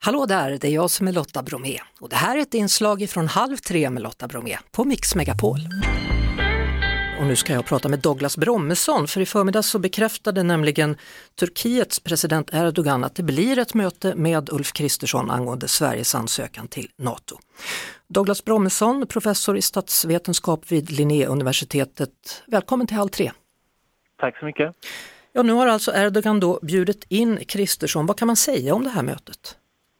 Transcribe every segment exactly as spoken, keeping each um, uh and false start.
Hallå där, det är jag som är Lotta Bromé och det här är ett inslag från Halv tre med Lotta Bromé på Mix Megapol. Och nu ska jag prata med Douglas Brommesson, för i förmiddags så bekräftade nämligen Turkiets president Erdogan att det blir ett möte med Ulf Kristersson angående Sveriges ansökan till NATO. Douglas Brommesson, professor i statsvetenskap vid Linnéuniversitetet. Välkommen till Halv tre. Tack så mycket. Ja, nu har alltså Erdogan då bjudit in Kristersson. Vad kan man säga om det här mötet?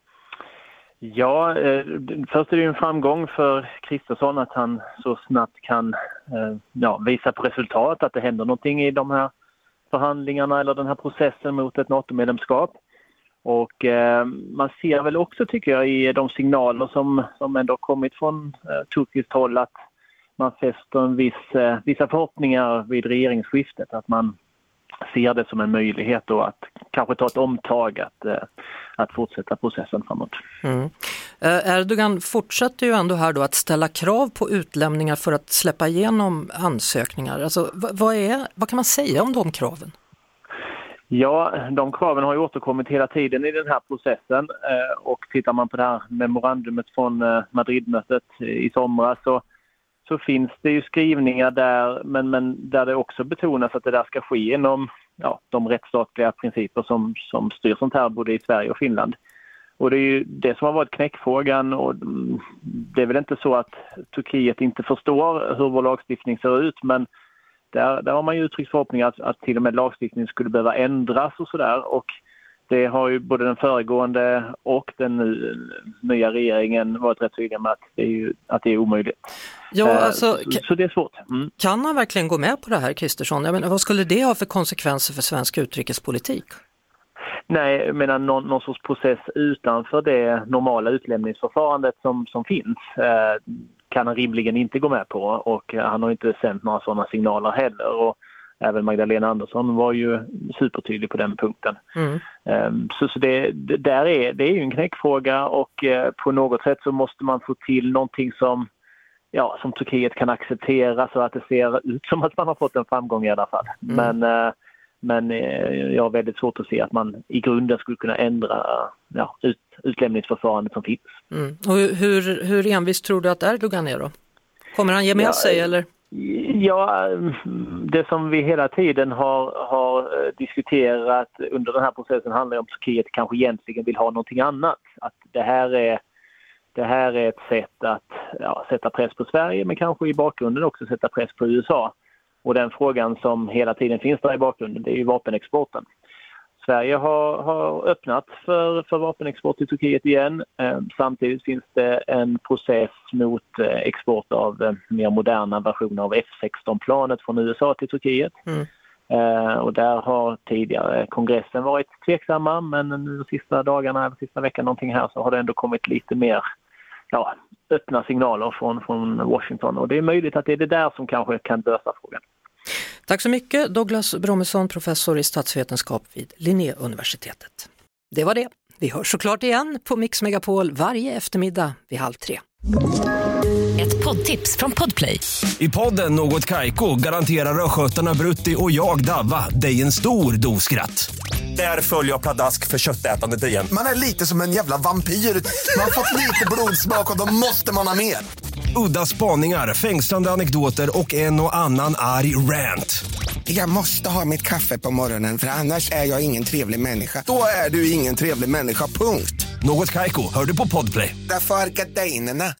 Ja, eh, först är det ju en framgång för Kristersson att han så snabbt kan eh, ja, visa på resultat, att det händer någonting i de här förhandlingarna eller den här processen mot ett NATO-medlemskap. Och eh, man ser väl också, tycker jag, i de signaler som, som ändå kommit från eh, turkiskt håll att man fäster en viss, eh, vissa förhoppningar vid regeringsskiftet, att man ser det som en möjlighet då att kanske ta ett omtag att, att fortsätta processen framåt. Mm. Erdogan fortsätter ju ändå här då att ställa krav på utlämningar för att släppa igenom ansökningar. Alltså, vad, är, vad kan man säga om de kraven? Ja, de kraven har ju återkommit hela tiden i den här processen, och tittar man på det här memorandumet från Madridmötet i somras så så finns det ju skrivningar där, men, men där det också betonas att det där ska ske inom ja, de rättsstatliga principer som, som styr sånt här både i Sverige och Finland. Och det är ju det som har varit knäckfrågan, och det är väl inte så att Turkiet inte förstår hur vår lagstiftning ser ut, men där, där har man ju uttryckt förhoppningar att, att till och med lagstiftningen skulle behöva ändras och sådär, och det har ju både den föregående och den nu, nya regeringen varit rätt tydliga med att det är, ju, att det är omöjligt. Ja, alltså, så, så det är svårt. Mm. Kan han verkligen gå med på det här, Kristersson? Jag menar, vad skulle det ha för konsekvenser för svensk utrikespolitik? Nej, jag menar någon, någon sorts process utanför det normala utlämningsförfarandet som, som finns eh, kan han rimligen inte gå med på, och han har inte sänt några sådana signaler heller, och även Magdalena Andersson var ju supertydlig på den punkten. Mm. Um, så så det, det, där är, det är ju en knäckfråga, och uh, på något sätt så måste man få till någonting som, ja, som Turkiet kan acceptera, så att det ser ut som att man har fått en framgång i alla fall. Mm. Men, uh, men uh, jag har väldigt svårt att se att man i grunden skulle kunna ändra uh, ja, ut, utlämningsförfarandet som finns. Mm. Och hur, hur envis tror du att Erdogan är då? Kommer han ge med ja, sig eller? Ja, det som vi hela tiden har, har diskuterat under den här processen handlar om att Turkiet kanske egentligen vill ha någonting annat. Att det här är, det här är ett sätt att ja, sätta press på Sverige, men kanske i bakgrunden också sätta press på U S A. Och den frågan som hela tiden finns där i bakgrunden, det är ju vapenexporten. Sverige har, har öppnat för, för vapenexport till Turkiet igen. Eh, samtidigt finns det en process mot eh, export av eh, mer moderna versioner av F sexton-planet från U S A till Turkiet. Mm. Eh, och där har tidigare kongressen varit tveksamma, men nu de sista dagarna, eller sista veckan någonting här, så har det ändå kommit lite mer ja, öppna signaler från, från Washington. Och det är möjligt att det är det där som kanske kan lösa frågan. Tack så mycket, Douglas Brommesson, professor i statsvetenskap vid Linnéuniversitetet. Det var det. Vi hörs såklart igen på Mix Megapol varje eftermiddag vid halv tre. Ett poddtips från Podplay. I podden Något Kaiko garanterar röskötarna Brutti och jag Davva dig en stor doskratt. Där följer jag pladask för köttätandet igen. Man är lite som en jävla vampyr. Man har fått lite blodsmak och då måste man ha mer. Udda spaningar, fängslande anekdoter och en och annan arg rant. Jag måste ha mitt kaffe på morgonen, för annars är jag ingen trevlig människa. Då är du ingen trevlig människa, punkt. Något Kaiko, hör du på Podplay. Därför är gardinerna.